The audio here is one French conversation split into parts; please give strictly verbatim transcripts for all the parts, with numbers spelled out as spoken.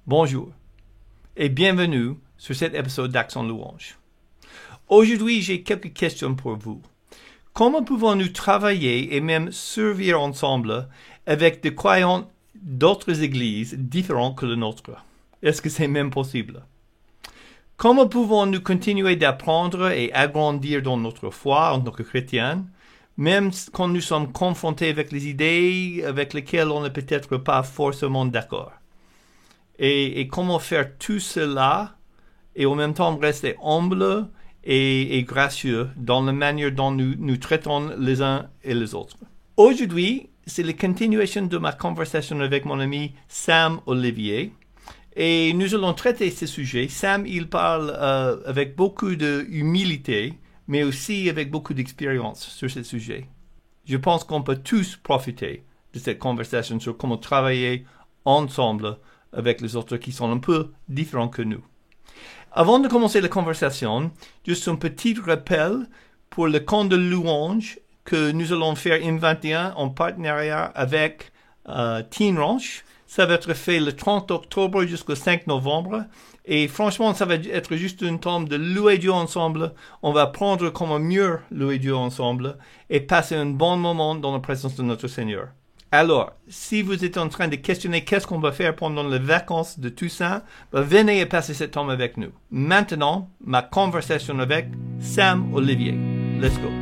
Bonjour et bienvenue sur cet épisode d'Accent Louange. Aujourd'hui, j'ai quelques questions pour vous. Comment pouvons-nous travailler et même servir ensemble avec des croyants d'autres églises différentes que la nôtre? Est-ce que c'est même possible? Comment pouvons-nous continuer d'apprendre et agrandir dans notre foi en tant que chrétiens, même quand nous sommes confrontés avec les idées avec lesquelles on n'est peut-être pas forcément d'accord? Et, et comment faire tout cela et en même temps rester humble et, et gracieux dans la manière dont nous nous traitons les uns et les autres. Aujourd'hui, c'est la continuation de ma conversation avec mon ami Sam Olivier. Et nous allons traiter ce sujet. Sam, il parle euh, avec beaucoup d'humilité, mais aussi avec beaucoup d'expérience sur ce sujet. Je pense qu'on peut tous profiter de cette conversation sur comment travailler ensemble avec les autres qui sont un peu différents que nous. Avant de commencer la conversation, juste un petit rappel pour le camp de louange que nous allons faire en vingt et un en partenariat avec euh, Teen Ranch. Ça va être fait le trente octobre jusqu'au cinq novembre. Et franchement, ça va être juste une temps de louer Dieu ensemble. On va apprendre comment mieux louer Dieu ensemble et passer un bon moment dans la présence de notre Seigneur. Alors, si vous êtes en train de questionner qu'est-ce qu'on va faire pendant les vacances de Toussaint, ben venez et passez ce temps avec nous. Maintenant, ma conversation avec Sam Olivier. Let's go.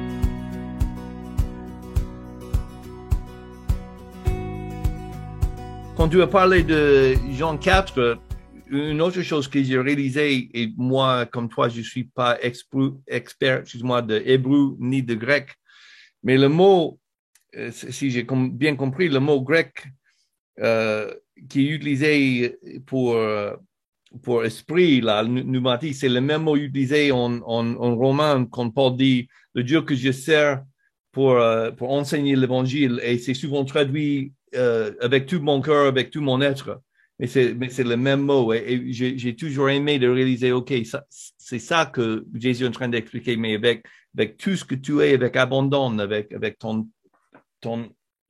Quand tu as parlé de Jean quatre, une autre chose que j'ai réalisée, et moi, comme toi, je ne suis pas expert, expert excuse-moi, de hébreu ni de grec, mais le mot, si j'ai bien compris, le mot grec euh, qui est utilisé pour, pour esprit, là, pneumatique, c'est le même mot utilisé en, en, en romain quand Paul dit « le Dieu que je sers pour, euh, pour enseigner l'évangile » et c'est souvent traduit euh, avec tout mon cœur, avec tout mon être. Mais c'est, mais c'est le même mot. Et, et j'ai, j'ai toujours aimé de réaliser, OK, ça, c'est ça que Jésus est en train d'expliquer, mais avec, avec tout ce que tu es, avec abondance, avec, avec ton Ton,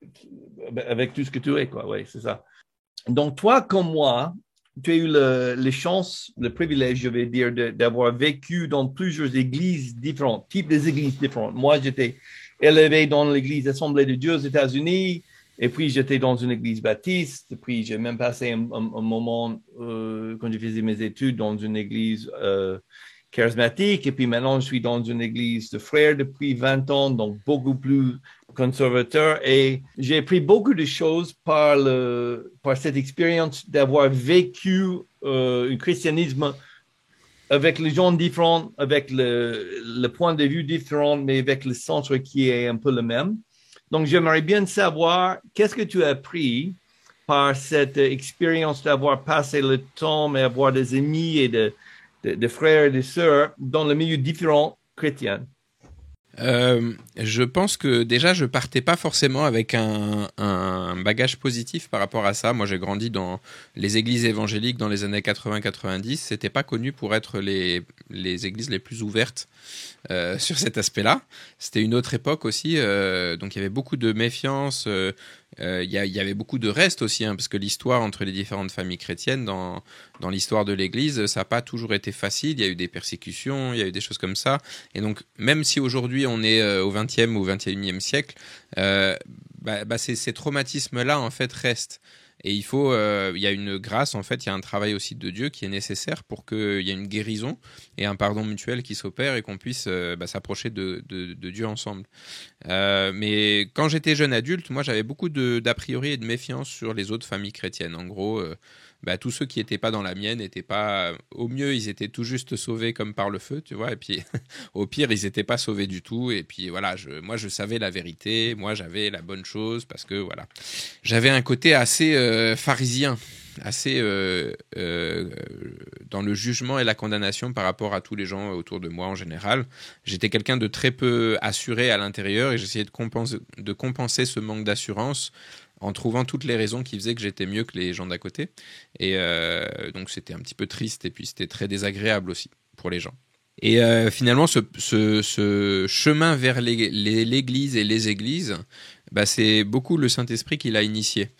avec tout ce que tu es, quoi. Oui, c'est ça. Donc, toi, comme moi, tu as eu le, les chances, le privilège, je vais dire, de, d'avoir vécu dans plusieurs églises différentes, types d'églises différentes. Moi, j'étais élevé dans l'église Assemblée de Dieu aux États-Unis, et puis j'étais dans une église baptiste, puis j'ai même passé un, un, un moment, euh, quand je faisais mes études, dans une église euh, charismatique, et puis maintenant, je suis dans une église de frères depuis vingt ans, donc beaucoup plus conservateur, et j'ai appris beaucoup de choses par, le, par cette expérience d'avoir vécu euh, un christianisme avec les gens différents, avec le, le point de vue différent, mais avec le centre qui est un peu le même. Donc, j'aimerais bien savoir qu'est-ce que tu as appris par cette expérience d'avoir passé le temps et avoir des amis et de, de, de frères et de sœurs dans le milieu différent chrétien. Euh, je pense que déjà je partais pas forcément avec un, un bagage positif par rapport à ça. Moi j'ai grandi dans les églises évangéliques dans les années quatre-vingts quatre-vingt-dix. C'était pas connu pour être les, les églises les plus ouvertes euh, sur cet aspect-là. C'était une autre époque aussi, euh, donc il y avait beaucoup de méfiance. Euh, Euh, y, a, y avait beaucoup de reste aussi, hein, parce que l'histoire entre les différentes familles chrétiennes dans, dans l'histoire de l'Église, ça n'a pas toujours été facile. Il y a eu des persécutions, il y a eu des choses comme ça. Et donc, même si aujourd'hui on est euh, au vingtième ou vingt et unième siècle, euh, bah, bah ces, ces traumatismes-là en fait restent. Et il faut, euh, il y a une grâce, en fait, il y a un travail aussi de Dieu qui est nécessaire pour qu'il y ait une guérison et un pardon mutuel qui s'opère et qu'on puisse euh, bah, s'approcher de, de, de Dieu ensemble. Euh, mais quand j'étais jeune adulte, moi, j'avais beaucoup de, d'a priori et de méfiance sur les autres familles chrétiennes. En gros, euh, bah, tous ceux qui n'étaient pas dans la mienne n'étaient pas... Au mieux, ils étaient tout juste sauvés comme par le feu, tu vois, et puis au pire, ils n'étaient pas sauvés du tout. Et puis voilà, je, moi, je savais la vérité, moi, j'avais la bonne chose parce que, voilà, j'avais un côté assez euh, pharisien, assez euh, euh, dans le jugement et la condamnation par rapport à tous les gens autour de moi en général. J'étais quelqu'un de très peu assuré à l'intérieur et j'essayais de compenser, de compenser ce manque d'assurance en trouvant toutes les raisons qui faisaient que j'étais mieux que les gens d'à côté. Et euh, donc c'était un petit peu triste et puis c'était très désagréable aussi pour les gens. Et euh, finalement, ce, ce, ce chemin vers les, les, l'église et les églises, bah, c'est beaucoup le Saint-Esprit qui l'a initié.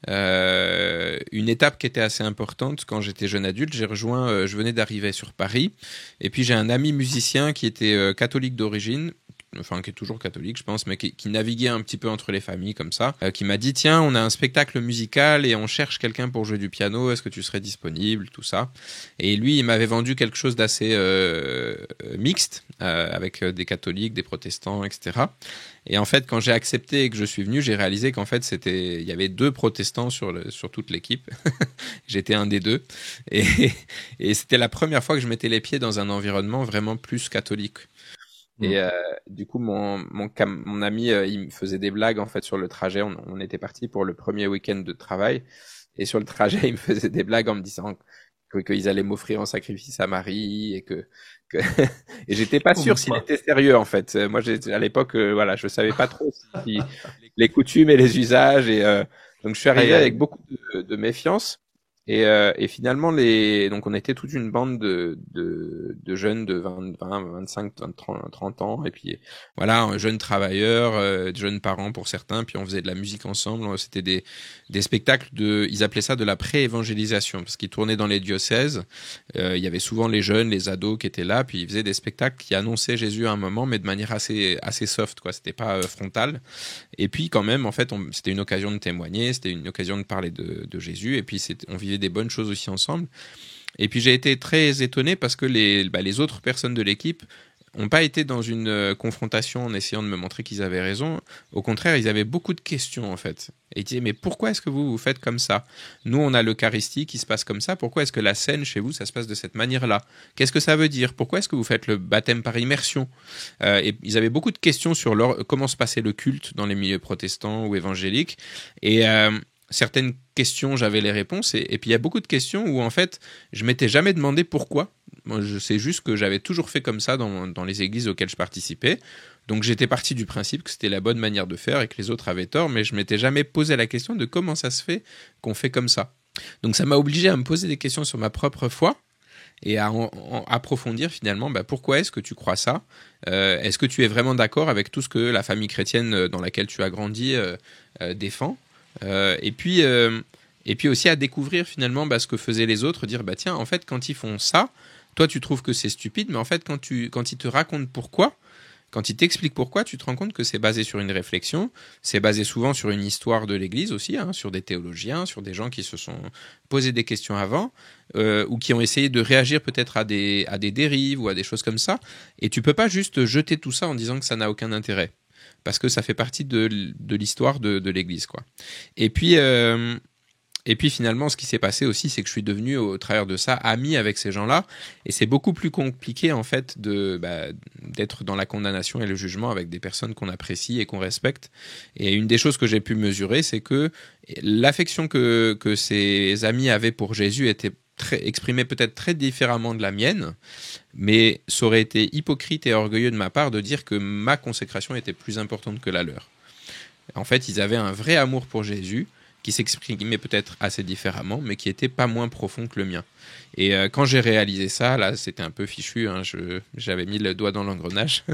Euh, une étape qui était assez importante quand j'étais jeune adulte, j'ai rejoint, euh, je venais d'arriver sur Paris, et puis j'ai un ami musicien qui était euh, catholique d'origine, enfin qui est toujours catholique je pense, mais qui, qui naviguait un petit peu entre les familles comme ça, euh, qui m'a dit tiens on a un spectacle musical et on cherche quelqu'un pour jouer du piano, est-ce que tu serais disponible, tout ça. Et lui il m'avait vendu quelque chose d'assez euh, mixte, euh, avec des catholiques, des protestants, et cetera. Et en fait, quand j'ai accepté et que je suis venu, j'ai réalisé qu'en fait, c'était, il y avait deux protestants sur le, sur toute l'équipe. J'étais un des deux. Et, et c'était la première fois que je mettais les pieds dans un environnement vraiment plus catholique. Mmh. Et euh, du coup, mon, mon, cam- mon ami, euh, il me faisait des blagues, en fait, sur le trajet. On, on était parti pour le premier week-end de travail. Et sur le trajet, il me faisait des blagues en me disant que, qu'ils allaient m'offrir en sacrifice à Marie et que, que et j'étais pas sûr s'il était sérieux en fait. Moi, j'ai, à l'époque, euh, voilà, je savais pas trop si, si, les coutumes et les usages et euh, donc je suis arrivé avec beaucoup de, de méfiance. Et, euh, et finalement, les, donc on était toute une bande de, de, de jeunes de vingt, vingt, vingt-cinq, trente, trente ans, et puis voilà, jeunes travailleurs, euh, jeunes parents pour certains, puis on faisait de la musique ensemble. C'était des, des spectacles de, ils appelaient ça de la pré-évangélisation, parce qu'ils tournaient dans les diocèses. Euh, il y avait souvent les jeunes, les ados qui étaient là, puis ils faisaient des spectacles qui annonçaient Jésus à un moment, mais de manière assez, assez soft, quoi. C'était pas euh, frontal. Et puis quand même, en fait, on, c'était une occasion de témoigner, c'était une occasion de parler de, de Jésus, et puis c'était, on vivait des bonnes choses aussi ensemble. Et puis j'ai été très étonné parce que les, bah, les autres personnes de l'équipe n'ont pas été dans une euh, confrontation en essayant de me montrer qu'ils avaient raison. Au contraire, ils avaient beaucoup de questions en fait. Et ils disaient mais pourquoi est-ce que vous vous faites comme ça? Nous on a l'Eucharistie qui se passe comme ça. Pourquoi est-ce que la scène chez vous ça se passe de cette manière-là? Qu'est-ce que ça veut dire? Pourquoi est-ce que vous faites le baptême par immersion? euh, Et ils avaient beaucoup de questions sur leur, comment se passait le culte dans les milieux protestants ou évangéliques. Et euh, certaines questions, j'avais les réponses. Et, et puis, il y a beaucoup de questions où, en fait, je m'étais jamais demandé pourquoi. Moi, je sais juste que j'avais toujours fait comme ça dans, dans les églises auxquelles je participais. Donc, j'étais parti du principe que c'était la bonne manière de faire et que les autres avaient tort. Mais je m'étais jamais posé la question de comment ça se fait qu'on fait comme ça. Donc, ça m'a obligé à me poser des questions sur ma propre foi et à en, en approfondir finalement bah, pourquoi est-ce que tu crois ça, euh, est-ce que tu es vraiment d'accord avec tout ce que la famille chrétienne dans laquelle tu as grandi euh, euh, défend. Euh, et puis euh, et puis aussi à découvrir finalement bah, ce que faisaient les autres, dire bah tiens en fait quand ils font ça, toi tu trouves que c'est stupide, mais en fait quand tu quand ils te racontent pourquoi, quand ils t'expliquent pourquoi, tu te rends compte que c'est basé sur une réflexion, c'est basé souvent sur une histoire de l'Église aussi, hein, sur des théologiens, sur des gens qui se sont posés des questions avant, euh, ou qui ont essayé de réagir peut-être à des à des dérives ou à des choses comme ça, et tu peux pas juste jeter tout ça en disant que ça n'a aucun intérêt. Parce que ça fait partie de, de l'histoire de, de l'Église, quoi. Et puis, euh, et puis finalement, ce qui s'est passé aussi, c'est que je suis devenu, au travers de ça, ami avec ces gens-là. Et c'est beaucoup plus compliqué, en fait, de, bah, d'être dans la condamnation et le jugement avec des personnes qu'on apprécie et qu'on respecte. Et une des choses que j'ai pu mesurer, c'est que l'affection que, que ces amis avaient pour Jésus était très, exprimée peut-être très différemment de la mienne. Mais ça aurait été hypocrite et orgueilleux de ma part de dire que ma consécration était plus importante que la leur. En fait, ils avaient un vrai amour pour Jésus qui s'exprimait peut-être assez différemment, mais qui était pas moins profond que le mien. Et euh, quand j'ai réalisé ça, là, c'était un peu fichu, hein, je, j'avais mis le doigt dans l'engrenage.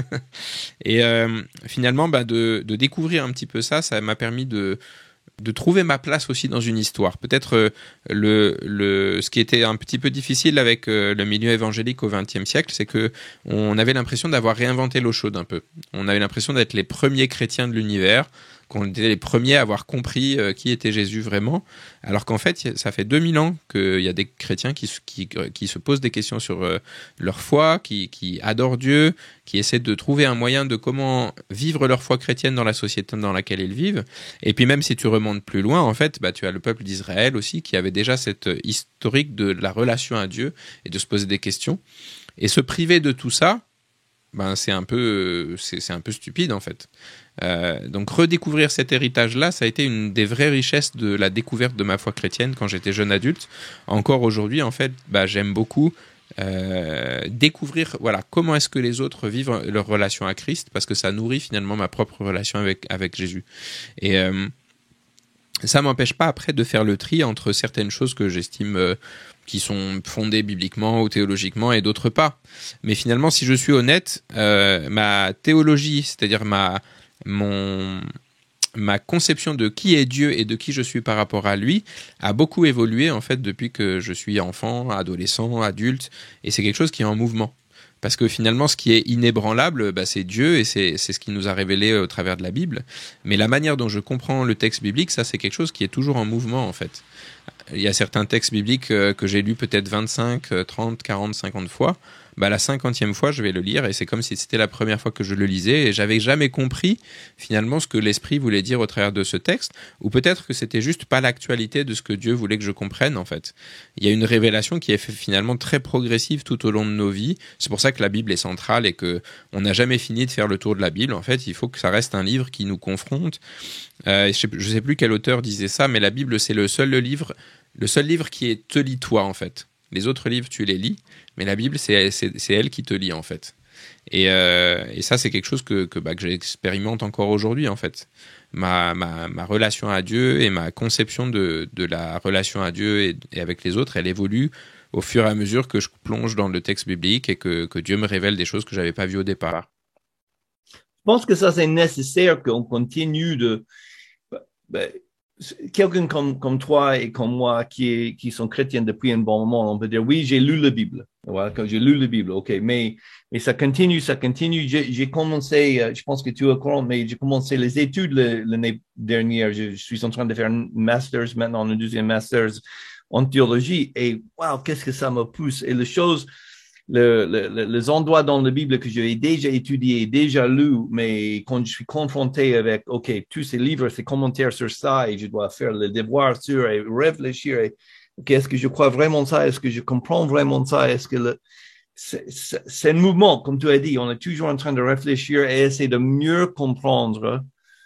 Et euh, finalement, bah, de, de découvrir un petit peu ça, ça m'a permis de... de trouver ma place aussi dans une histoire. Peut-être euh, le, le, ce qui était un petit peu difficile avec euh, le milieu évangélique au vingtième siècle, c'est que on avait l'impression d'avoir réinventé l'eau chaude un peu. On avait l'impression d'être les premiers chrétiens de l'univers, qu'on était les premiers à avoir compris euh, qui était Jésus vraiment, alors qu'en fait, ça fait deux mille ans qu'il y a des chrétiens qui, qui, qui se posent des questions sur euh, leur foi, qui, qui adorent Dieu, qui essaient de trouver un moyen de comment vivre leur foi chrétienne dans la société dans laquelle ils vivent. Et puis même si tu remontes plus loin, en fait, bah, tu as le peuple d'Israël aussi qui avait déjà cette historique de la relation à Dieu et de se poser des questions. Et se priver de tout ça, ben, c'est un peu, c'est, c'est un peu stupide en fait. Euh, donc redécouvrir cet héritage-là, ça a été une des vraies richesses de la découverte de ma foi chrétienne quand j'étais jeune adulte. Encore aujourd'hui, en fait, bah, j'aime beaucoup euh, découvrir voilà, comment est-ce que les autres vivent leur relation à Christ, parce que ça nourrit finalement ma propre relation avec, avec Jésus. Et euh, ça m'empêche pas après de faire le tri entre certaines choses que j'estime euh, qui sont fondées bibliquement ou théologiquement et d'autres pas. Mais finalement, si je suis honnête, euh, ma théologie, c'est-à-dire ma... Mon, ma conception de qui est Dieu et de qui je suis par rapport à lui a beaucoup évolué en fait depuis que je suis enfant, adolescent, adulte, et c'est quelque chose qui est en mouvement. Parce que finalement, ce qui est inébranlable, bah, c'est Dieu et c'est, c'est ce qu'il nous a révélé au travers de la Bible. Mais la manière dont je comprends le texte biblique, ça, c'est quelque chose qui est toujours en mouvement, en fait. Il y a certains textes bibliques euh, que j'ai lus peut-être vingt-cinq, trente, quarante, cinquante fois. Bah, la cinquantième fois, je vais le lire et c'est comme si c'était la première fois que je le lisais et j'avais jamais compris finalement ce que l'Esprit voulait dire au travers de ce texte, ou peut-être que c'était juste pas l'actualité de ce que Dieu voulait que je comprenne en fait. Il y a une révélation qui est finalement très progressive tout au long de nos vies. C'est pour ça que la Bible est centrale et que on n'a jamais fini de faire le tour de la Bible. En fait, il faut que ça reste un livre qui nous confronte. Euh, je sais, je sais plus quel auteur disait ça, mais la Bible c'est le seul livre, le seul livre qui est te lis toi en fait. Les autres livres, tu les lis, mais la Bible, c'est, c'est, c'est elle qui te lit, en fait. Et, euh, et ça, c'est quelque chose que, que, bah, que j'expérimente encore aujourd'hui, en fait. Ma, ma, ma relation à Dieu et ma conception de, de la relation à Dieu et, et avec les autres, elle évolue au fur et à mesure que je plonge dans le texte biblique et que, que Dieu me révèle des choses que je n'avais pas vues au départ. Je pense que ça, c'est nécessaire qu'on continue de... Ben, quelqu'un comme, comme toi et comme moi qui, est, qui sont chrétiens depuis un bon moment, on peut dire, oui, j'ai lu la Bible. Voilà, quand j'ai lu la Bible, OK. Mais, mais ça continue, ça continue. J'ai, j'ai commencé, je pense que tu es au courant, mais j'ai commencé les études l'année dernière. Je, je suis en train de faire un master's maintenant, un deuxième master's en théologie. Et wow, qu'est-ce que ça me pousse. Et les choses... Le, le, les endroits dans la Bible que j'ai déjà étudiés, déjà lus, mais quand je suis confronté avec, OK, tous ces livres, ces commentaires sur ça, et je dois faire le devoir sur et réfléchir, et, OK, est-ce que je crois vraiment ça? Est-ce que je comprends vraiment ça? Est-ce que le, c'est, c'est, c'est un mouvement, comme tu as dit, on est toujours en train de réfléchir et essayer de mieux comprendre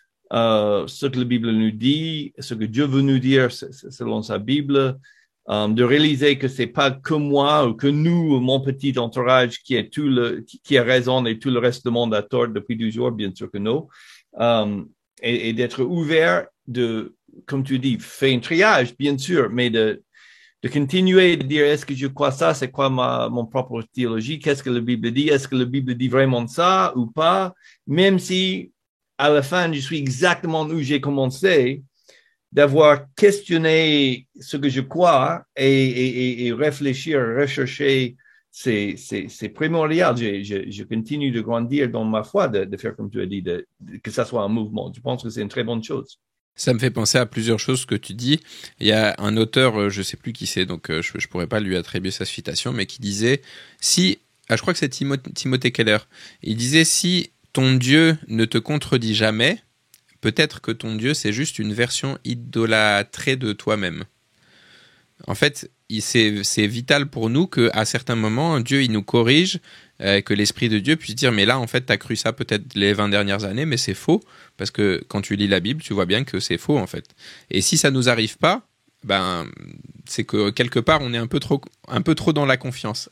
euh, ce que la Bible nous dit, ce que Dieu veut nous dire selon sa Bible. Um, de réaliser que c'est pas que moi ou que nous, mon petit entourage, qui est tout le, qui, qui a raison et tout le reste du monde a tort depuis toujours, bien sûr que non. Um, et, et d'être ouvert de, comme tu dis, faire un triage, bien sûr, mais de, de continuer de dire, est-ce que je crois ça? C'est quoi ma, mon propre théologie? Qu'est-ce que la Bible dit? Est-ce que la Bible dit vraiment ça ou pas? Même si, à la fin, je suis exactement où j'ai commencé, d'avoir questionné ce que je crois et, et, et réfléchir, rechercher, c'est, c'est, c'est primordial. Je, je, je continue de grandir dans ma foi, de, de faire comme tu as dit, de, de, que ça soit un mouvement. Je pense que c'est une très bonne chose. Ça me fait penser à plusieurs choses que tu dis. Il y a un auteur, je sais plus qui c'est, donc je, je pourrais pas lui attribuer sa citation, mais qui disait, si, ah, je crois que c'est Timothée, Timothée Keller, il disait, si ton Dieu ne te contredit jamais, peut-être que ton Dieu, c'est juste une version idolâtrée de toi-même. En fait, c'est, c'est vital pour nous qu'à certains moments, Dieu il nous corrige, euh, que l'Esprit de Dieu puisse dire, mais là, en fait, tu as cru ça peut-être les vingt dernières années, mais c'est faux, parce que quand tu lis la Bible, tu vois bien que c'est faux, en fait. Et si ça nous arrive pas, ben, c'est que quelque part, on est un peu trop, un peu trop dans la confiance.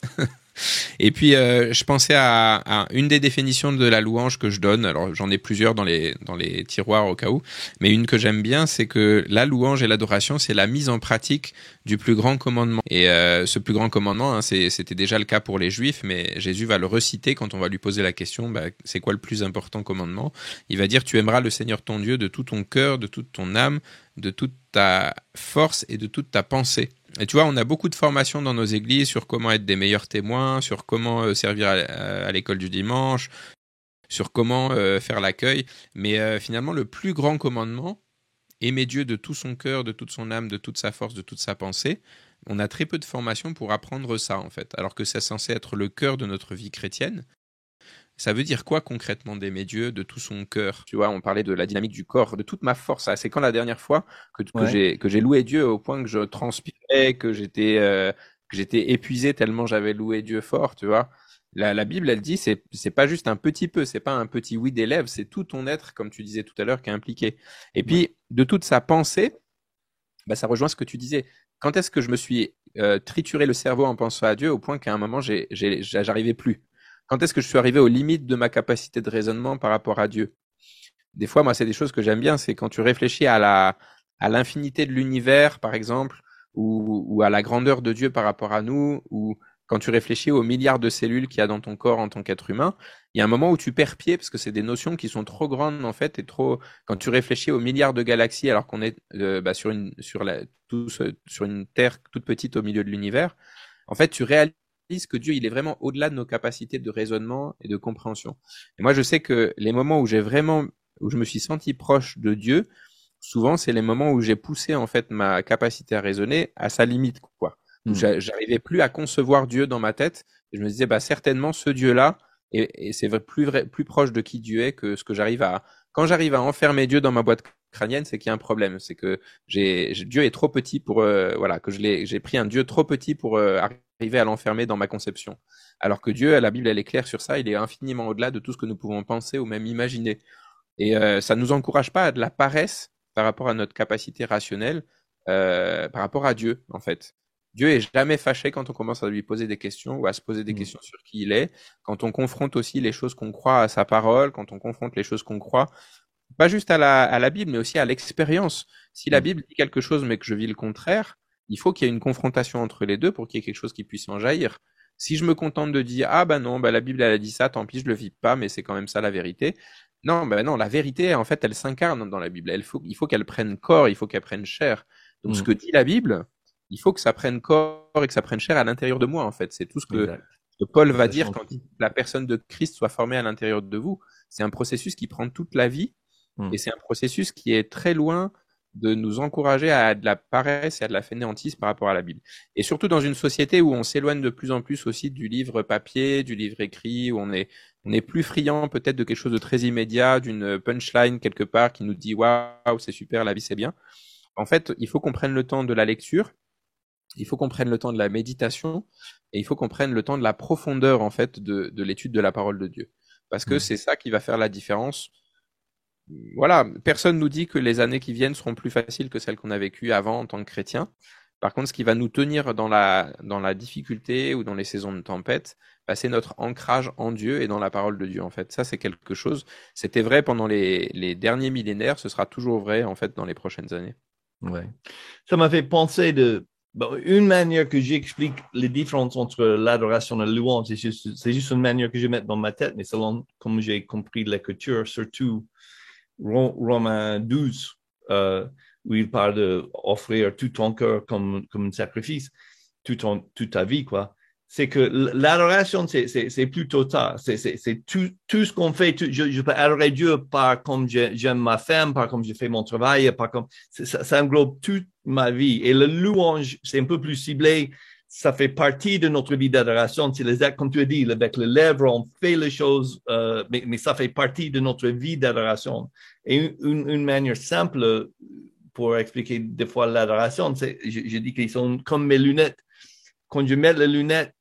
Et puis, euh, je pensais à, à une des définitions de la louange que je donne. Alors, j'en ai plusieurs dans les, dans les tiroirs au cas où. Mais une que j'aime bien, c'est que la louange et l'adoration, c'est la mise en pratique du plus grand commandement. Et euh, ce plus grand commandement, hein, c'est, c'était déjà le cas pour les Juifs, mais Jésus va le reciter quand on va lui poser la question, bah, c'est quoi le plus important commandement? Il va dire, tu aimeras le Seigneur ton Dieu de tout ton cœur, de toute ton âme, de toute ta force et de toute ta pensée. Et tu vois, on a beaucoup de formations dans nos églises sur comment être des meilleurs témoins, sur comment servir à, à l'école du dimanche, sur comment euh, faire l'accueil. Mais euh, finalement, le plus grand commandement, aimer Dieu de tout son cœur, de toute son âme, de toute sa force, de toute sa pensée, on a très peu de formations pour apprendre ça, en fait. Alors que c'est censé être le cœur de notre vie chrétienne. Ça veut dire quoi concrètement d'aimer Dieu de tout son cœur? Tu vois, on parlait de la dynamique du corps, de toute ma force. C'est quand la dernière fois que, que, ouais. j'ai, que j'ai loué Dieu au point que je transpirais, que j'étais, euh, que j'étais épuisé tellement j'avais loué Dieu fort, tu vois. La, la Bible, elle dit, c'est, c'est pas juste un petit peu, c'est pas un petit oui des lèvres, c'est tout ton être, comme tu disais tout à l'heure, qui est impliqué. Et puis, ouais. de toute sa pensée, bah, ça rejoint ce que tu disais. Quand est-ce que je me suis euh, trituré le cerveau en pensant à Dieu au point qu'à un moment, j'ai, j'ai, j'arrivais plus? Quand est-ce que je suis arrivé aux limites de ma capacité de raisonnement par rapport à Dieu? Des fois, moi, c'est des choses que j'aime bien, c'est quand tu réfléchis à la, à l'infinité de l'univers, par exemple, ou, ou à la grandeur de Dieu par rapport à nous, ou quand tu réfléchis aux milliards de cellules qu'il y a dans ton corps en tant qu'être humain, il y a un moment où tu perds pied parce que c'est des notions qui sont trop grandes en fait et trop. Quand tu réfléchis aux milliards de galaxies alors qu'on est euh, bah, sur une sur la tous, euh, sur une Terre toute petite au milieu de l'univers, en fait tu réalises que Dieu il est vraiment au-delà de nos capacités de raisonnement et de compréhension. Et moi je sais que les moments où j'ai vraiment où je me suis senti proche de Dieu, souvent c'est les moments où j'ai poussé en fait ma capacité à raisonner à sa limite quoi. Où Mm. j'arrivais plus à concevoir Dieu dans ma tête et je me disais bah certainement ce Dieu-là et, et c'est vrai, plus vrai, plus proche de qui Dieu est que ce que j'arrive à. Quand j'arrive à enfermer Dieu dans ma boîte crânienne, c'est qu'il y a un problème. C'est que j'ai, j'ai- Dieu est trop petit pour euh, voilà que je l'ai, j'ai pris un Dieu trop petit pour euh, arriver à l'enfermer dans ma conception. Alors que Dieu, la Bible, elle est claire sur ça. Il est infiniment au-delà de tout ce que nous pouvons penser ou même imaginer. Et euh, ça nous encourage pas à de la paresse par rapport à notre capacité rationnelle, euh, par rapport à Dieu, en fait. Dieu est jamais fâché quand on commence à lui poser des questions ou à se poser des Mm. questions sur qui il est, quand on confronte aussi les choses qu'on croit à sa parole, quand on confronte les choses qu'on croit, pas juste à la, à la Bible, mais aussi à l'expérience. Si la Mm. Bible dit quelque chose mais que je vis le contraire, il faut qu'il y ait une confrontation entre les deux pour qu'il y ait quelque chose qui puisse en jaillir. Si je me contente de dire ah bah non bah la Bible elle a dit ça, tant pis je le vis pas mais c'est quand même ça la vérité. Non bah non la vérité en fait elle s'incarne dans la Bible. Elle faut il faut qu'elle prenne corps, il faut qu'elle prenne chair. Donc ce Mm. que dit la Bible, il faut que ça prenne corps et que ça prenne chair à l'intérieur de moi en fait. C'est tout ce que, Exact. que Paul Et va ça dire change quand tout. la personne de Christ soit formée à l'intérieur de vous. C'est un processus qui prend toute la vie Mm. et c'est un processus qui est très loin de nous encourager à de la paresse et à de la fainéantise par rapport à la Bible. Et surtout dans une société où on s'éloigne de plus en plus aussi du livre papier, du livre écrit, où on est, on est plus friand peut-être de quelque chose de très immédiat, d'une punchline quelque part qui nous dit waouh, c'est super, la vie c'est bien. En fait, il faut qu'on prenne le temps de la lecture, il faut qu'on prenne le temps de la méditation et il faut qu'on prenne le temps de la profondeur en fait de, de l'étude de la parole de Dieu. Parce que Mm. c'est ça qui va faire la différence. Voilà, personne nous dit que les années qui viennent seront plus faciles que celles qu'on a vécues avant en tant que chrétiens. Par contre, ce qui va nous tenir dans la, dans la difficulté ou dans les saisons de tempête, bah, c'est notre ancrage en Dieu et dans la parole de Dieu, en fait. Ça, c'est quelque chose. C'était vrai pendant les, les derniers millénaires, ce sera toujours vrai, en fait, dans les prochaines années. Ouais. Ça m'a fait penser de bon, une manière que j'explique les différences entre l'adoration et la louange. C'est juste, c'est juste une manière que je mets dans ma tête, mais selon comme j'ai compris l'écriture, surtout Romains douze, euh, où il parle d'offrir tout ton cœur comme, comme un sacrifice, tout ton, toute ta vie, quoi. C'est que l'adoration, c'est, c'est, c'est plus total. C'est, c'est, c'est tout, tout ce qu'on fait. Tout, je, je peux adorer Dieu par comme j'aime ma femme, par comme je fais mon travail, par comme ça, ça englobe toute ma vie. Et le louange, c'est un peu plus ciblé. Ça fait partie de notre vie d'adoration. C'est les actes, comme tu as dit, avec les lèvres, on fait les choses, euh, mais, mais ça fait partie de notre vie d'adoration. Et une, une manière simple pour expliquer des fois l'adoration, c'est, je, je dis qu'ils sont comme mes lunettes. Quand je mets les lunettes,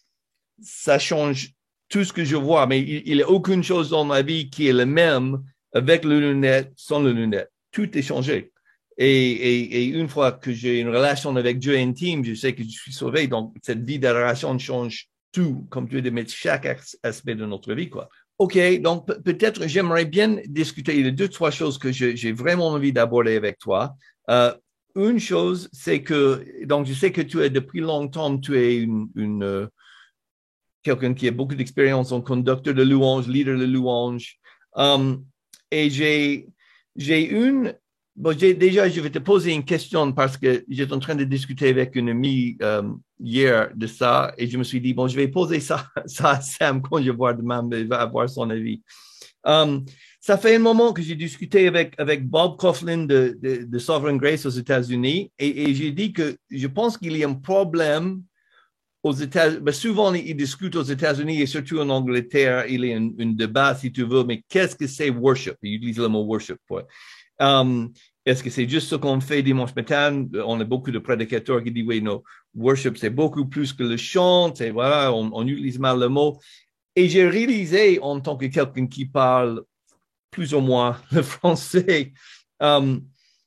ça change tout ce que je vois, mais il n'y a aucune chose dans ma vie qui est la même avec les lunettes, sans les lunettes. Tout est changé. Et, et, et une fois que j'ai une relation avec Dieu intime, je sais que je suis sauvé. Donc, cette vie d'adoration change tout, comme tu veux, de mettre chaque aspect de notre vie, quoi. OK, donc peut-être j'aimerais bien discuter de deux, trois choses que je, j'ai vraiment envie d'aborder avec toi. Euh, une chose, c'est que, donc je sais que tu es depuis longtemps, tu es une, une euh, quelqu'un qui a beaucoup d'expérience en conducteur de louange, leader de louange. Um, et j'ai, j'ai une, bon, j'ai, déjà, je vais te poser une question parce que j'étais en train de discuter avec une amie um, hier de ça et je me suis dit, bon, je vais poser ça, ça à Sam quand je vois demain, il va avoir son avis. Um, ça fait un moment que j'ai discuté avec, avec Bob Coughlin de, de, de Sovereign Grace aux États-Unis et, et j'ai dit que je pense qu'il y a un problème aux États-Unis. Ben souvent, ils discutent aux États-Unis et surtout en Angleterre, il y a un, un débat, si tu veux, mais qu'est-ce que c'est worship? Ils utilisent le mot worship. Ouais. Um, est-ce que c'est juste ce qu'on fait dimanche matin? On a beaucoup de prédicateurs qui disent, oui, non, worship, c'est beaucoup plus que le chant, c'est, voilà, on, on utilise mal le mot. Et j'ai réalisé, en tant que quelqu'un qui parle plus ou moins le français, um,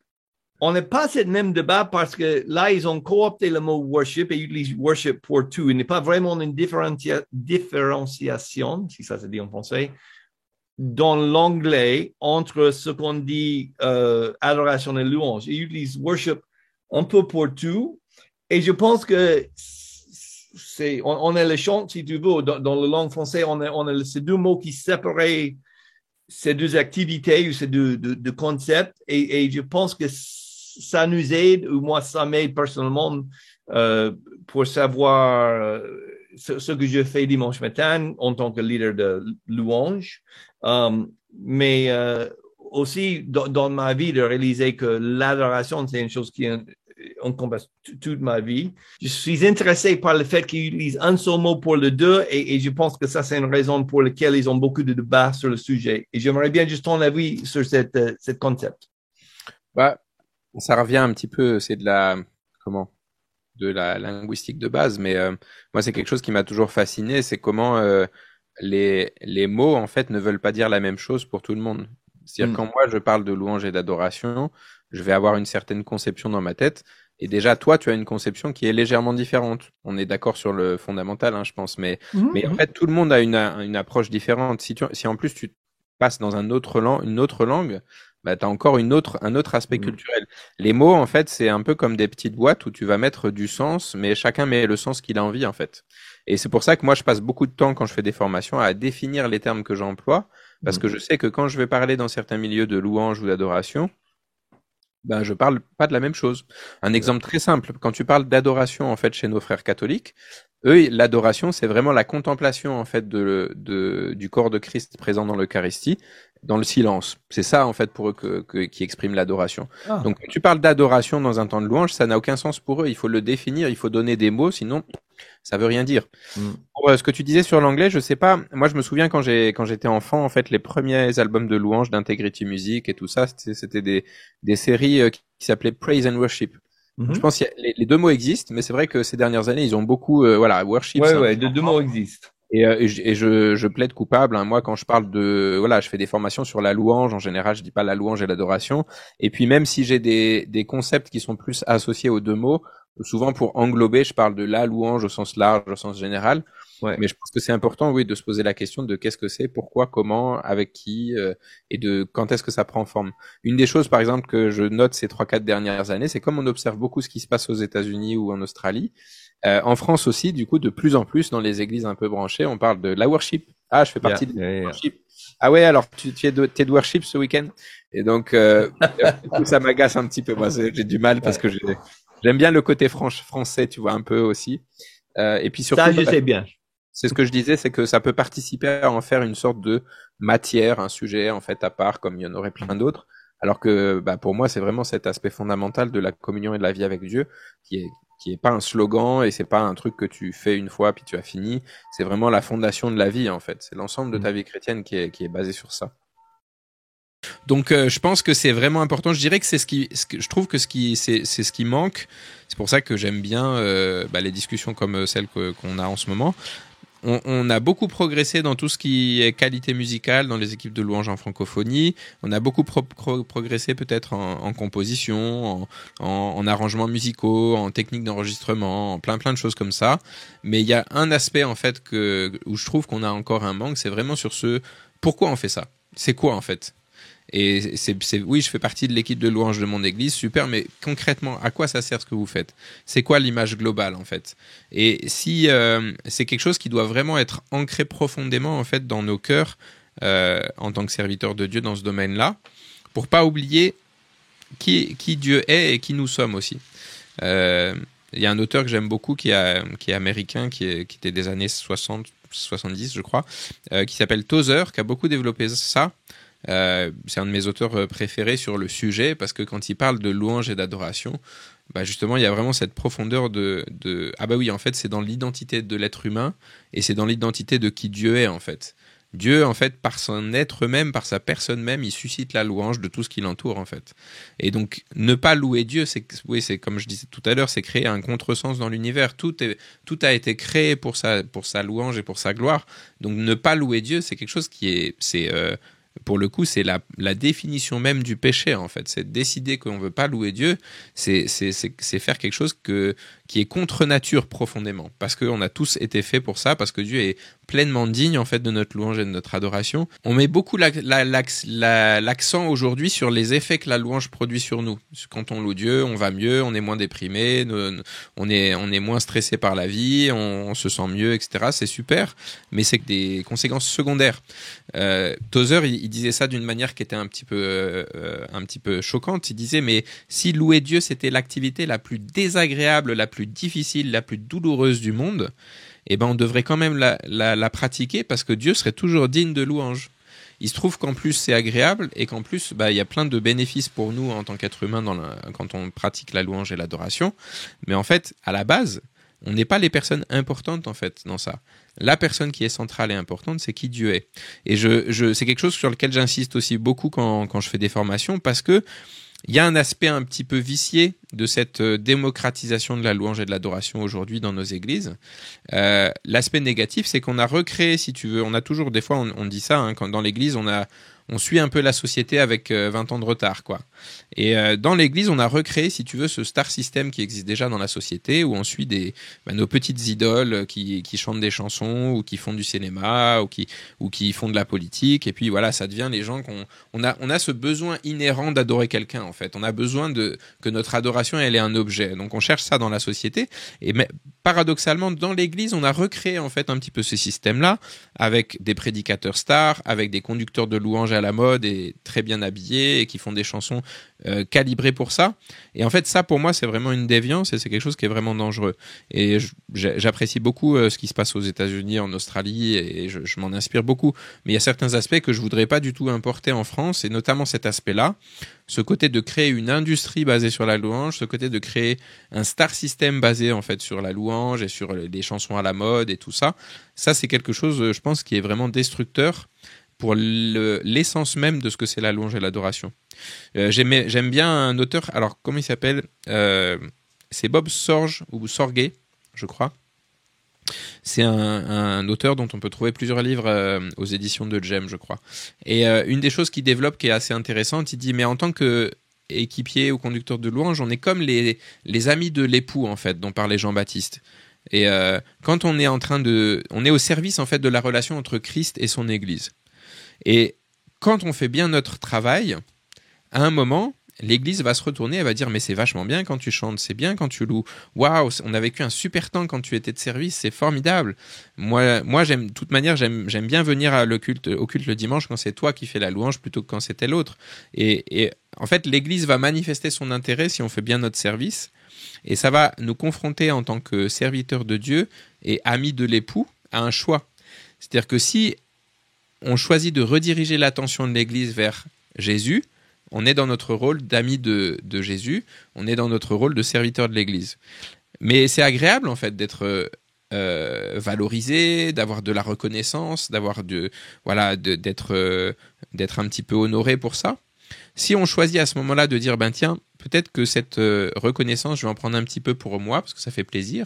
on n'a pas ce même débat parce que là, ils ont coopté le mot worship et ils utilisent worship pour tout. Il n'est pas vraiment une différencia- différenciation, si ça se dit en français, dans l'anglais entre ce qu'on dit euh, adoration et louange. Ils utilisent worship un peu pour tout. Et je pense que c'est, on, on a le chant, si tu veux, dans, dans la langue française, on a, on a ces deux mots qui séparent ces deux activités ou ces deux, deux, deux concepts. Et, et je pense que ça nous aide, ou moi, ça m'aide personnellement euh, pour savoir euh, ce, ce que je fais dimanche matin en tant que leader de louange. Um, mais euh, aussi, dans, dans ma vie, de réaliser que l'adoration, c'est une chose qui encompasse toute ma vie. Je suis intéressé par le fait qu'ils utilisent un seul mot pour les deux et, et je pense que ça, c'est une raison pour laquelle ils ont beaucoup de débats sur le sujet. Et j'aimerais bien juste ton avis sur cette, euh, cette concept. Bah, ça revient un petit peu, c'est de la, comment, de la linguistique de base, mais euh, moi, c'est quelque chose qui m'a toujours fasciné, c'est comment euh, les, les mots, en fait, ne veulent pas dire la même chose pour tout le monde. C'est-à-dire, mm. quand moi, je parle de louange et d'adoration, je vais avoir une certaine conception dans ma tête. Et déjà, toi, tu as une conception qui est légèrement différente. On est d'accord sur le fondamental, hein, je pense. Mais, mmh. mais en fait, tout le monde a une, une approche différente. Si, tu, si en plus tu passes dans un autre lang- une autre langue, bah, tu as encore une autre, un autre aspect mmh. culturel. Les mots, en fait, c'est un peu comme des petites boîtes où tu vas mettre du sens, mais chacun met le sens qu'il a envie, en fait. Et c'est pour ça que moi, je passe beaucoup de temps quand je fais des formations à définir les termes que j'emploie, parce mmh. que je sais que quand je vais parler dans certains milieux de louange ou d'adoration, ben, je parle pas de la même chose. Un exemple très simple, quand tu parles d'adoration, en fait, chez nos frères catholiques, eux, l'adoration, c'est vraiment la contemplation, en fait, de, de, du corps de Christ présent dans l'Eucharistie, dans le silence. C'est ça, en fait, pour eux, que, que, qui exprime l'adoration. Ah. Donc, quand tu parles d'adoration dans un temps de louange, ça n'a aucun sens pour eux. Il faut le définir, il faut donner des mots, sinon, ça veut rien dire. Mm. Pour euh, ce que tu disais sur l'anglais, je sais pas. Moi, je me souviens quand j'ai, quand j'étais enfant, en fait, les premiers albums de louange d'Integrity Music et tout ça, c'était, c'était des, des séries euh, qui, qui s'appelaient Praise and Worship. Mm-hmm. Je pense que les, les deux mots existent, mais c'est vrai que ces dernières années, ils ont beaucoup, euh, voilà, worship. Ouais, ouais, les deux mots existent. Et, euh, et, je, et je, je plaide coupable. Hein. Moi, quand je parle de, voilà, je fais des formations sur la louange. En général, je dis pas la louange et l'adoration. Et puis, même si j'ai des, des concepts qui sont plus associés aux deux mots, souvent pour englober, je parle de la louange au sens large, au sens général. Ouais. Mais je pense que c'est important, oui, de se poser la question de qu'est-ce que c'est, pourquoi, comment, avec qui, euh, et de quand est-ce que ça prend forme. Une des choses, par exemple, que je note ces trois, quatre dernières années, c'est comme on observe beaucoup ce qui se passe aux États-Unis ou en Australie. Euh, en France aussi, du coup, de plus en plus, dans les églises un peu branchées, on parle de la worship. Ah, je fais partie yeah, de la yeah, worship. Yeah. Ah ouais, alors tu, tu es de, t'es de worship ce week-end? Et donc, euh, ça m'agace un petit peu. Moi, j'ai du mal parce que j'ai, j'aime bien le côté franche, français, tu vois, un peu aussi. Euh, et puis surtout, ça, je sais bien. C'est ce que je disais, c'est que ça peut participer à en faire une sorte de matière, un sujet en fait à part, comme il y en aurait plein d'autres. Alors que, bah, pour moi, c'est vraiment cet aspect fondamental de la communion et de la vie avec Dieu qui est qui est pas un slogan et c'est pas un truc que tu fais une fois puis tu as fini. C'est vraiment la fondation de la vie en fait. C'est l'ensemble de ta vie chrétienne qui est qui est basé sur ça. Donc, euh, je pense que c'est vraiment important. Je dirais que c'est ce qui, ce que je trouve que ce qui, c'est, c'est ce qui manque. C'est pour ça que j'aime bien euh, bah, les discussions comme celles que, qu'on a en ce moment. On, on a beaucoup progressé dans tout ce qui est qualité musicale dans les équipes de louange en francophonie. On a beaucoup pro- pro- progressé peut-être en, en composition, en, en, en arrangements musicaux, en technique d'enregistrement, en plein plein de choses comme ça. Mais il y a un aspect en fait que où je trouve qu'on a encore un manque, c'est vraiment sur ce pourquoi on fait ça. C'est quoi en fait? Et c'est, c'est, oui, je fais partie de l'équipe de louange de mon église, super, mais concrètement, à quoi ça sert ce que vous faites? C'est quoi l'image globale, en fait? Et si euh, c'est quelque chose qui doit vraiment être ancré profondément, en fait, dans nos cœurs, euh, en tant que serviteurs de Dieu dans ce domaine-là, pour pas oublier qui, qui Dieu est et qui nous sommes aussi. Euh, il y a un auteur que j'aime beaucoup qui, a, qui est américain, qui, est, qui était des années soixante, soixante-dix, je crois, euh, qui s'appelle Tozer, qui a beaucoup développé ça. Euh, c'est un de mes auteurs préférés sur le sujet parce que quand il parle de louange et d'adoration, bah justement il y a vraiment cette profondeur de, de ah bah oui en fait c'est dans l'identité de l'être humain et c'est dans l'identité de qui Dieu est en fait. Dieu en fait par son être même, par sa personne même, il suscite la louange de tout ce qui l'entoure en fait. Et donc ne pas louer Dieu, c'est oui c'est comme je disais tout à l'heure, c'est créer un contresens dans l'univers. Tout est tout a été créé pour sa pour sa louange et pour sa gloire. Donc ne pas louer Dieu, c'est quelque chose qui est c'est euh, pour le coup, c'est la, la définition même du péché, en fait. C'est décider qu'on ne veut pas louer Dieu, c'est, c'est, c'est, c'est faire quelque chose que, qui est contre nature profondément. Parce qu'on a tous été faits pour ça, parce que Dieu est pleinement digne, en fait, de notre louange et de notre adoration. On met beaucoup la, la, la, l'accent aujourd'hui sur les effets que la louange produit sur nous. Quand on loue Dieu, on va mieux, on est moins déprimé, on est, on est moins stressé par la vie, on, on se sent mieux, et cetera. C'est super, mais c'est que des conséquences secondaires. Euh, Tozer, il, il disait ça d'une manière qui était un petit peu, euh, un petit peu choquante. Il disait, mais si louer Dieu, c'était l'activité la plus désagréable, la plus difficile, la plus douloureuse du monde, eh ben, on devrait quand même la, la, la pratiquer parce que Dieu serait toujours digne de louange. Il se trouve qu'en plus, c'est agréable et qu'en plus, bah, il y a plein de bénéfices pour nous en tant qu'être humain dans la, quand on pratique la louange et l'adoration. Mais en fait, à la base, on n'est pas les personnes importantes en fait dans ça. La personne qui est centrale et importante, c'est qui Dieu est. Et je, je, c'est quelque chose sur lequel j'insiste aussi beaucoup quand, quand je fais des formations parce que il y a un aspect un petit peu vicié de cette démocratisation de la louange et de l'adoration aujourd'hui dans nos églises. Euh, l'aspect négatif, c'est qu'on a recréé, si tu veux, on a toujours, des fois on, on dit ça, hein, quand dans l'église, on a on suit un peu la société avec euh, vingt ans de retard, quoi. Et euh, dans l'église, on a recréé, si tu veux, ce star system qui existe déjà dans la société, où on suit des, bah, nos petites idoles qui, qui chantent des chansons, ou qui font du cinéma, ou qui, ou qui font de la politique. Et puis voilà, ça devient les gens qu'on, on a, on a ce besoin inhérent d'adorer quelqu'un, en fait. On a besoin de, que notre adoration, elle ait un objet. Donc on cherche ça dans la société. Et mais, paradoxalement, dans l'église, on a recréé, en fait, un petit peu ce système-là, avec des prédicateurs stars, avec des conducteurs de louanges à la mode et très bien habillés et qui font des chansons euh, calibrées pour ça. Et en fait, ça, pour moi, c'est vraiment une déviance et c'est quelque chose qui est vraiment dangereux. Et je, j'apprécie beaucoup euh, ce qui se passe aux États-Unis, en Australie, et je, je m'en inspire beaucoup. Mais il y a certains aspects que je voudrais pas du tout importer en France, et notamment cet aspect-là, ce côté de créer une industrie basée sur la louange, ce côté de créer un star system basé en fait sur la louange et sur les chansons à la mode et tout ça. Ça, c'est quelque chose, je pense, qui est vraiment destructeur pour le, l'essence même de ce que c'est la louange et l'adoration. Euh, j'aime, j'aime bien un auteur, alors comment il s'appelle euh, c'est Bob Sorge, ou Sorge, je crois. C'est un, un auteur dont on peut trouver plusieurs livres euh, aux éditions de Gem, je crois. Et euh, une des choses qu'il développe qui est assez intéressante, il dit, mais en tant que équipier ou conducteur de louange, on est comme les, les amis de l'époux, en fait, dont parlait Jean-Baptiste. Et euh, quand on est en train de... On est au service, en fait, de la relation entre Christ et son Église. Et quand on fait bien notre travail, à un moment, l'Église va se retourner, elle va dire « mais c'est vachement bien quand tu chantes, c'est bien quand tu loues. Waouh, on a vécu un super temps quand tu étais de service, c'est formidable. » Moi, moi j'aime, de toute manière, j'aime, j'aime bien venir à le culte, au culte le dimanche quand c'est toi qui fais la louange plutôt que quand c'était l'autre. Et, et en fait, l'Église va manifester son intérêt si on fait bien notre service. Et ça va nous confronter en tant que serviteurs de Dieu et amis de l'époux à un choix. C'est-à-dire que si on choisit de rediriger l'attention de l'Église vers Jésus, on est dans notre rôle d'amis de, de Jésus, on est dans notre rôle de serviteur de l'Église. Mais c'est agréable en fait d'être euh, valorisé, d'avoir de la reconnaissance, d'avoir de, voilà, de, d'être, euh, d'être un petit peu honoré pour ça. Si on choisit à ce moment-là de dire, ben tiens, peut-être que cette euh, reconnaissance, je vais en prendre un petit peu pour moi, parce que ça fait plaisir,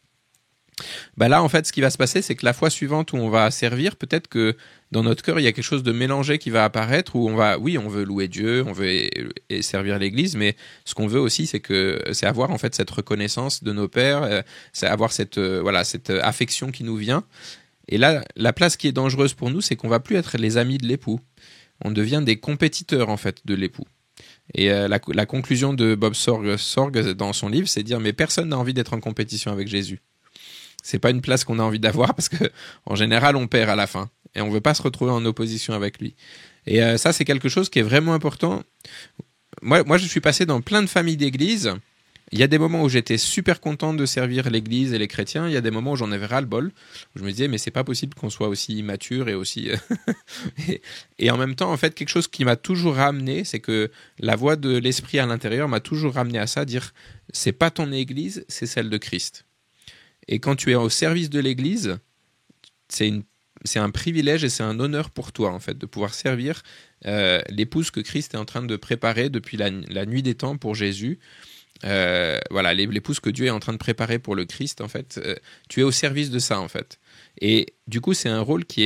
ben là, en fait, ce qui va se passer, c'est que la fois suivante où on va servir, peut-être que dans notre cœur, il y a quelque chose de mélangé qui va apparaître, où on va, oui, on veut louer Dieu, on veut et, et servir l'Église, mais ce qu'on veut aussi, c'est que c'est avoir en fait cette reconnaissance de nos pères, euh, c'est avoir cette euh, voilà cette affection qui nous vient. Et là, la place qui est dangereuse pour nous, c'est qu'on va plus être les amis de l'époux. On devient des compétiteurs en fait de l'époux. Et euh, la, la conclusion de Bob Sorge, Sorge dans son livre, c'est de dire mais personne n'a envie d'être en compétition avec Jésus. C'est pas une place qu'on a envie d'avoir parce que en général on perd à la fin et on veut pas se retrouver en opposition avec lui. Et euh, ça c'est quelque chose qui est vraiment important. Moi, moi je suis passé dans plein de familles d'églises. Il y a des moments où j'étais super content de servir l'église et les chrétiens. Il y a des moments où j'en avais ras-le-bol. Où je me disais mais c'est pas possible qu'on soit aussi immature et aussi et, et en même temps en fait quelque chose qui m'a toujours ramené, c'est que la voix de l'esprit à l'intérieur m'a toujours ramené à ça, dire c'est pas ton église, c'est celle de Christ. Et quand tu es au service de l'Église, c'est, une, c'est un privilège et c'est un honneur pour toi, en fait, de pouvoir servir euh, l'épouse que Christ est en train de préparer depuis la, la nuit des temps pour Jésus. Euh, voilà, l'épouse que Dieu est en train de préparer pour le Christ, en fait. Euh, tu es au service de ça, en fait. Et du coup, c'est un rôle qui est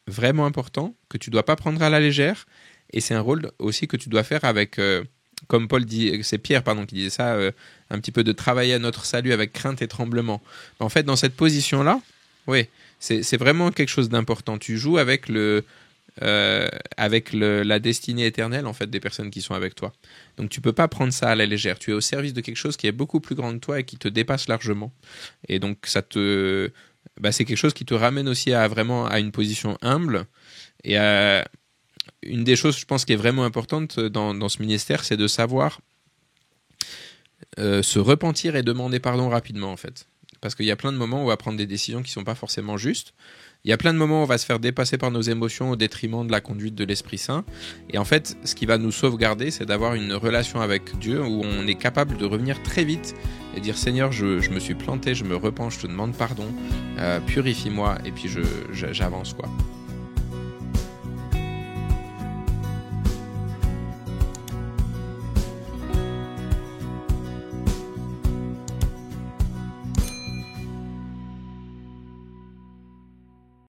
vraiment important, que tu dois pas prendre à la légère, et c'est un rôle aussi que tu dois faire avec, euh, comme Paul dit, c'est Pierre pardon qui disait ça, euh, un petit peu de travailler à notre salut avec crainte et tremblement. En fait, dans cette position-là, oui, c'est, c'est vraiment quelque chose d'important. Tu joues avec le, euh, avec le, la destinée éternelle en fait des personnes qui sont avec toi. Donc tu peux pas prendre ça à la légère. Tu es au service de quelque chose qui est beaucoup plus grand que toi et qui te dépasse largement. Et donc ça te, bah, c'est quelque chose qui te ramène aussi à vraiment à une position humble. Et à, une des choses, je pense, qui est vraiment importante dans, dans ce ministère, c'est de savoir euh, se repentir et demander pardon rapidement en fait. Parce qu'il y a plein de moments où on va prendre des décisions qui sont pas forcément justes. Il y a plein de moments où on va se faire dépasser par nos émotions au détriment de la conduite de l'Esprit Saint. Et en fait, ce qui va nous sauvegarder, c'est d'avoir une relation avec Dieu où on est capable de revenir très vite et dire « Seigneur, je, je me suis planté, je me repens, je te demande pardon, euh, purifie-moi » et puis je, je, j'avance quoi.